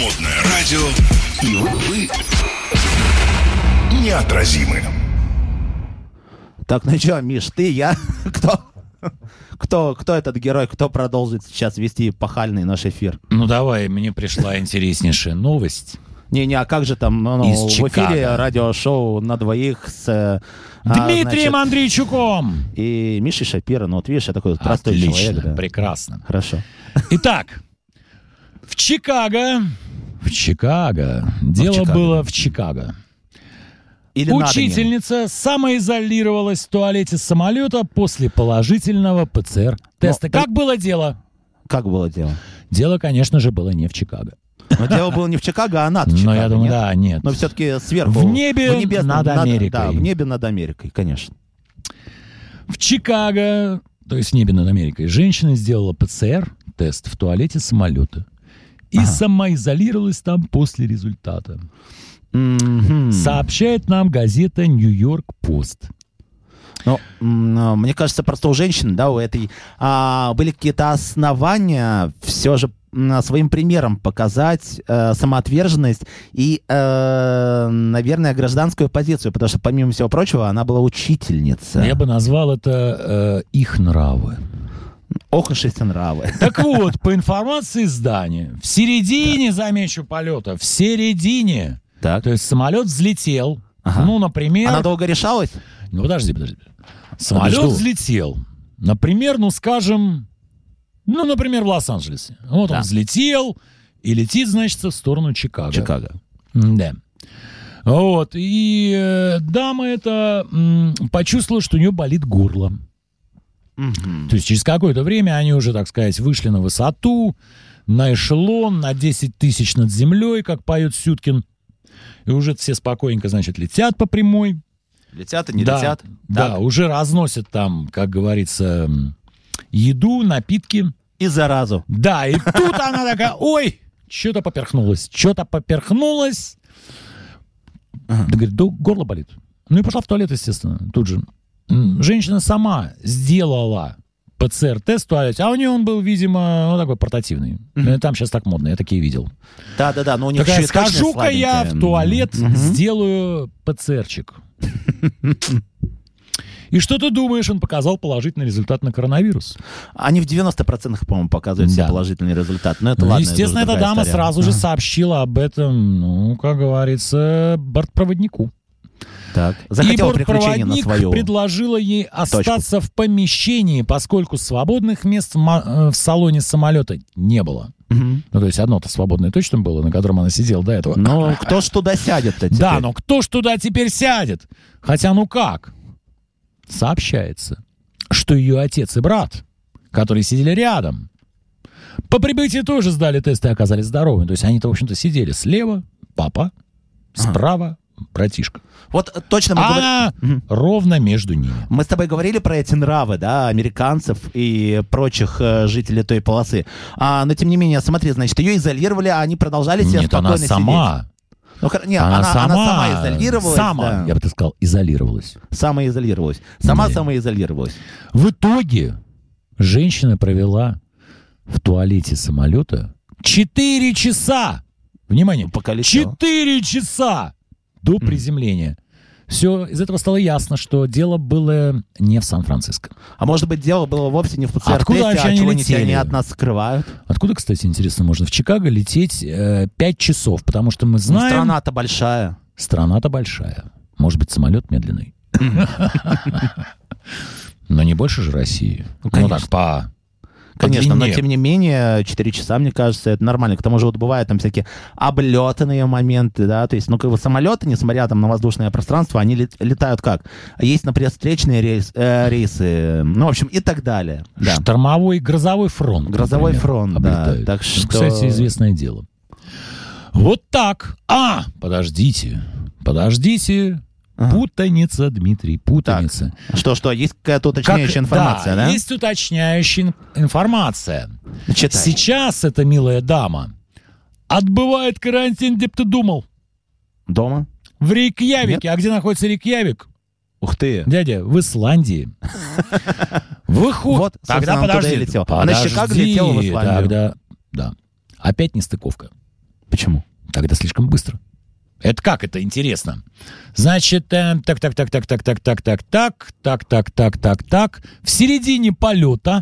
Свободное радио, и вы неотразимы. Так, ну что, Миш, ты, я? Кто этот герой, кто продолжит сейчас вести эпохальный наш эфир? Ну давай, мне пришла интереснейшая новость. Не, а как же там в эфире радиошоу на двоих с Дмитрием Андрейчуком и Мишей Шапиро. Ну вот видишь, я такой простой человек. Да. Прекрасно. Хорошо. Итак, в Чикаго, дело было в Чикаго. Или учительница самоизолировалась в туалете самолета после положительного ПЦР-теста. Как было дело? Как было дело? Дело, конечно же, было не в Чикаго. Но дело было не в Чикаго, а над Чикаго. Но я думаю, да, нет. Но все-таки сверху. В небе над Америкой. Да, в небе над Америкой, конечно. В Чикаго, то есть в небе над Америкой, женщина сделала ПЦР-тест в туалете самолета и самоизолировалась там после результата. Сообщает нам газета «Нью-Йорк Пост». Ну, мне кажется, просто у женщин, да, у этой были какие-то основания все же своим примером показать самоотверженность и, наверное, гражданскую позицию, потому что, помимо всего прочего, она была учительница. Я бы назвал это их нравы. Ох уж эти нравы. Так вот, по информации издания, в середине, замечу, полета, в середине, так. То есть самолет взлетел, ну, например... Она долго решалась? Ну, подожди. Самолет взлетел, например, например, в Лос-Анджелесе. Вот он взлетел и летит, значит, в сторону Чикаго. Да. Вот, и дама эта почувствовала, что у нее болит горло. То есть через какое-то время они уже, так сказать, вышли на высоту, на эшелон, на 10 тысяч над землей, как поет Сюткин. И уже все спокойненько, значит, летят по прямой. Летят и не летят. Да, уже разносят там, как говорится, еду, напитки. И заразу. Да, и тут она такая, ой, что-то поперхнулось. Говорит, да, горло болит. Ну и пошла в туалет, естественно, тут же. Женщина сама сделала ПЦР-тест в туалете, а у нее он был, видимо, такой портативный. Там сейчас так модно, я такие видел. Да, но у них такая, еще скажу-ка я в туалет сделаю ПЦРчик. И что ты думаешь, он показал положительный результат на коронавирус? Они в 90%, по-моему, показывают все положительный результат. Но это ладно. Естественно, эта дама сразу же сообщила об этом, как говорится, бортпроводнику. Так. Захотела приключения на свою предложила ей остаться в помещении, поскольку свободных мест в салоне самолета не было. Ну, то есть одно-то свободное точно было, на котором она сидела до этого. Но кто ж туда сядет-то теперь? Да, но кто ж туда теперь сядет? Хотя, ну как? Сообщается, что ее отец и брат, которые сидели рядом, по прибытии тоже сдали тест и оказались здоровыми. То есть они-то, в общем-то, сидели слева, папа, справа, братишка. Вот точно мы она ровно между ними. Мы с тобой говорили про эти нравы, да, американцев и прочих жителей той полосы. Но тем не менее, смотри, значит, ее изолировали, а они продолжали себя спокойно сидеть. Сама. Ну, нет, она сама изолировалась. Я бы так сказал, изолировалась. Самоизолировалась. Самоизолировалась. В итоге женщина провела в туалете самолета 4 часа. Внимание, 4 часа до приземления. Все, из этого стало ясно, что дело было не в Сан-Франциско. А может быть, дело было вовсе не в ПЦР-тесте, а чего они от нас скрывают? Откуда, кстати, интересно, можно в Чикаго лететь 5 часов? Потому что мы знаем... Страна-то большая. Страна-то большая. Может быть, самолет медленный. Но не больше же России. Ну так, Конечно, но тем не менее, 4 часа, мне кажется, это нормально. К тому же вот бывают там всякие облетанные моменты, да, то есть, ну, как бы самолеты, несмотря там на воздушное пространство, они летают как? Есть, например, встречные рейсы, ну, в общем, и так далее. Да. Штормовой грозовой фронт. Грозовой фронт, облетает. Да. Так что... Кстати, известное дело. Вот так. Подождите. Путаница, Дмитрий, путаница. Так. Что, есть какая-то уточняющая информация, да? Есть уточняющая информация. Читай. Сейчас эта милая дама отбывает карантин, где бы ты думал? Дома? В Рейкьявике. А где находится Рейкьявик? Ух ты. Дядя, в Исландии. Вот, тогда подожди. Она с Чикаго летела в Исландию. Да. Опять нестыковка. Почему? Тогда слишком быстро. Это как это интересно? Значит, так. В середине полета,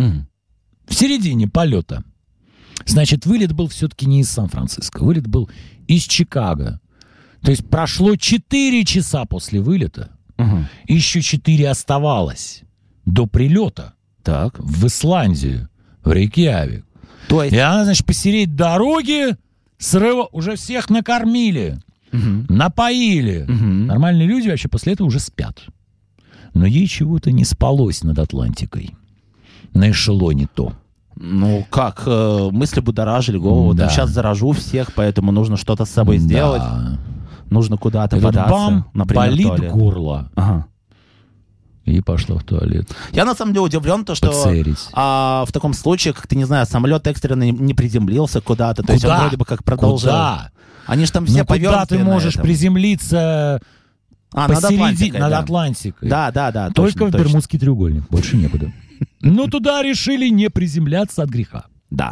значит, вылет был все-таки не из Сан-Франциско, вылет был из Чикаго. То есть прошло 4 часа после вылета, еще 4 оставалось до прилета в Исландию, в Рейкьявик. То есть... И она, значит, посередине дороги уже всех накормили, напоили. Нормальные люди вообще после этого уже спят. Но ей чего-то не спалось над Атлантикой. На эшелоне то. Ну, как, мысли будоражили голову. Да. Сейчас заражу всех, поэтому нужно что-то с собой сделать. Нужно куда-то податься. Например, болит туалет. горло. Ага. И пошла в туалет. Я на самом деле удивлен, то, что в таком случае, как ты, не знаю, самолет экстренно не приземлился куда-то. То есть он вроде бы как продолжил. Куда? Они же там все повернуты. Куда ты можешь приземлиться посередине, над Атлантикой? Да. Только точно, в Бермудский треугольник. Больше некуда. Но туда решили не приземляться от греха. Да.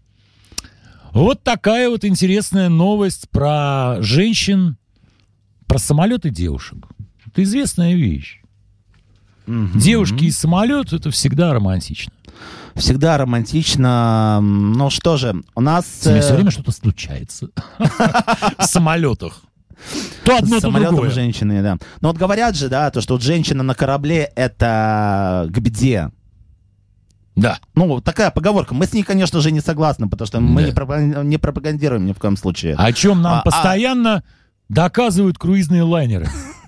Вот такая вот интересная новость про женщин, про самолет и девушек. Это известная вещь. Девушки и самолет — это всегда романтично. Всегда романтично. Ну что же, у нас... С ними все время что-то случается. В самолетах. То одно, то другое. Женщины, да. Но вот говорят же, да, то, что вот женщина на корабле — это к беде. Да. Ну, такая поговорка. Мы с ней, конечно же, не согласны, потому что мы не пропагандируем ни в коем случае. О чем нам постоянно доказывают круизные лайнеры.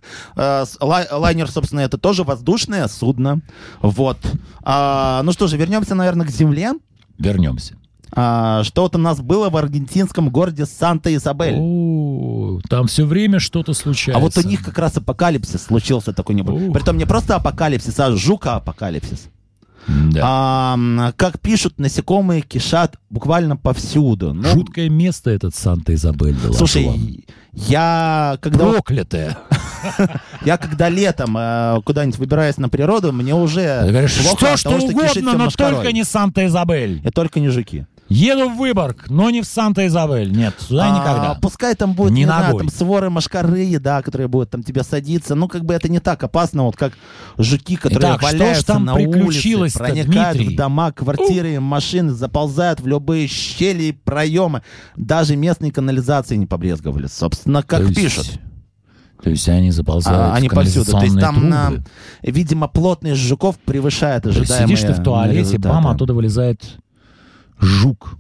Лайнер, собственно, это тоже воздушное судно. Вот. Ну что же, вернемся, наверное, к земле. Вернемся. Что вот у нас было в аргентинском городе Санта-Изабель. Там все время что-то случается. А вот у них как раз апокалипсис случился такой-нибудь. Притом не просто апокалипсис, а жука-апокалипсис. Да. Как пишут, насекомые кишат буквально повсюду. Жуткое место этот Санта-Изабель. Слушай, я когда... Проклятое. Я когда летом куда-нибудь выбираюсь на природу, мне уже плохо, что угодно, но только не Санта-Изабель. И только не жуки. Еду в Выборг, но не в Санта-Изабель. Нет, туда никогда. Пускай там будет, не знаю, там своры мошкары, да, которые будут там тебя садиться. Ну, как бы это не так опасно, вот как жуки, которые валяются на улице, проникают в дома, квартиры, машины, заползают в любые щели и проемы. Даже местные канализации не побрезговали, собственно, как пишут. То есть они заползают в канализационные трубы. То есть там, видимо, плотность жуков превышает ожидаемые. Сидишь ты в туалете, бам, оттуда вылезает... Жук.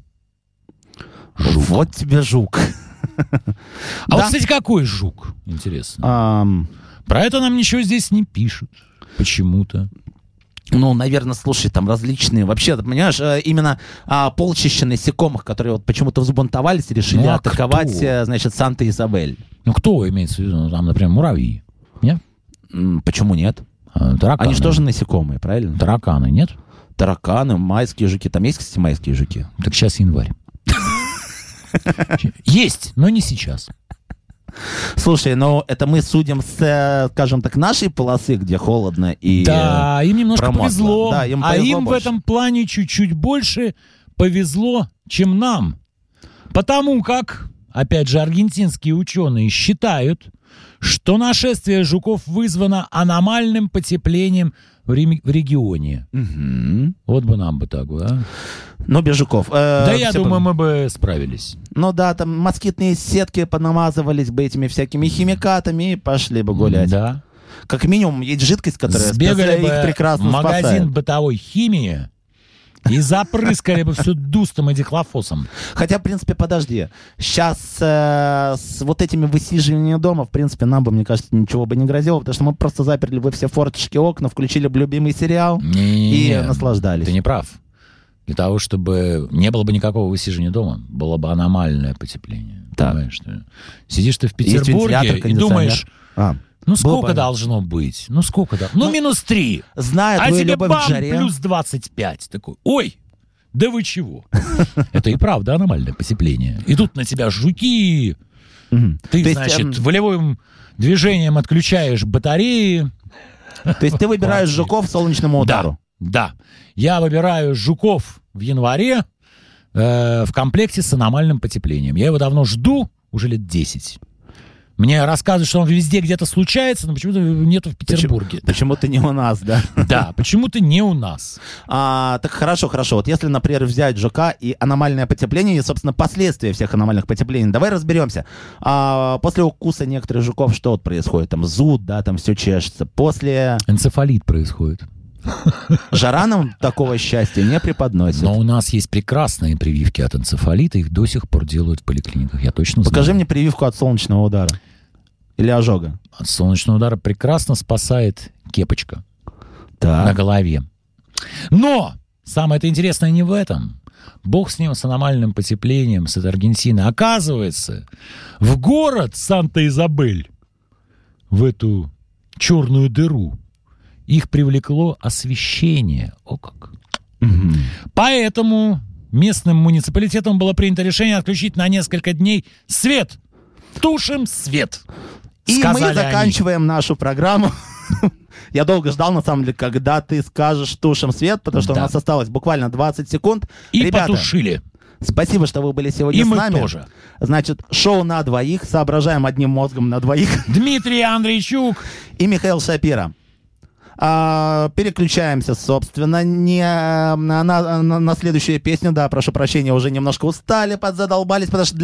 Вот тебе жук. Вот, кстати, какой жук? Интересно. Про это нам ничего здесь не пишут. Почему-то. Ну, наверное, слушай, там различные... Вообще, ты понимаешь, именно полчища насекомых, которые вот почему-то взбунтовались и решили атаковать, значит, Санта-Изабель. Ну, кто имеется в виду? Там, например, муравьи. Нет? Почему нет? Тараканы. Они же тоже насекомые, правильно? Тараканы, нет? Тараканы, майские жуки. Там есть, кстати, майские жуки? Так сейчас январь. Есть, но не сейчас. Слушай, ну это мы судим с, скажем так, нашей полосы, где холодно и да, им немножко повезло. Да, им им в этом плане чуть-чуть больше повезло, чем нам. Потому как, опять же, аргентинские ученые считают, что нашествие жуков вызвано аномальным потеплением в регионе. Вот бы нам бы так, да? Но без жуков. Да, я думаю, мы бы справились. Ну да, там москитные сетки понамазывались бы этими всякими химикатами и пошли бы гулять. Да. Как минимум, есть жидкость, которая сбегали их прекрасно в магазин спасает. Бытовой химии и запрыскали бы все дустом и дихлофосом. Хотя, в принципе, подожди. Сейчас с вот этими высиживаниями дома, в принципе, нам бы, мне кажется, ничего бы не грозило, потому что мы просто заперли бы все форточки, окна, включили бы любимый сериал и наслаждались. Ты не прав. Для того, чтобы не было бы никакого высиживания дома, было бы аномальное потепление. Да. Понимаешь? Сидишь ты в Петербурге и думаешь... Ну, сколько должно быть? Ну, сколько да? Ну, минус 3. Знает а тебе бам, к жаре. Плюс 25. Такой, ой, да вы чего? Это и правда аномальное потепление. И тут на тебя жуки. Ты, значит, волевым движением отключаешь батареи. То есть ты выбираешь жуков солнечному удару? Да. Я выбираю жуков в январе, в комплекте с аномальным потеплением. Я его давно жду, уже лет 10. Мне рассказывают, что он везде где-то случается, но почему-то нету в Петербурге. Почему-то не у нас, да? Да, почему-то не у нас. Так хорошо. Вот если, например, взять жука и аномальное потепление, и, собственно, последствия всех аномальных потеплений, давай разберемся. После укуса некоторых жуков что вот происходит? Там зуд, да, там все чешется. После... Энцефалит происходит. Жара нам такого счастья не преподносит. Но у нас есть прекрасные прививки от энцефалита, их до сих пор делают в поликлиниках, я точно знаю. Покажи мне прививку от солнечного удара. Или ожога. От солнечного удара прекрасно спасает кепочка на голове. Но самое-то интересное не в этом. Бог с ним, с аномальным потеплением, с этой Аргентины. Оказывается, в город Санта-Изабель, в эту черную дыру, их привлекло освещение. О как. Поэтому местным муниципалитетом было принято решение отключить на несколько дней свет. Тушим свет. И мы заканчиваем нашу программу. Я долго ждал, на самом деле, когда ты скажешь «тушим свет», потому что у нас осталось буквально 20 секунд. И ребята, потушили. Спасибо, что вы были сегодня с нами. И мы тоже. Значит, шоу на двоих. Соображаем одним мозгом на двоих. Дмитрий Андрейчук. И Михаил Шапира. Переключаемся, собственно, на следующую песню. Да, прошу прощения, уже немножко устали, подзадолбались, потому что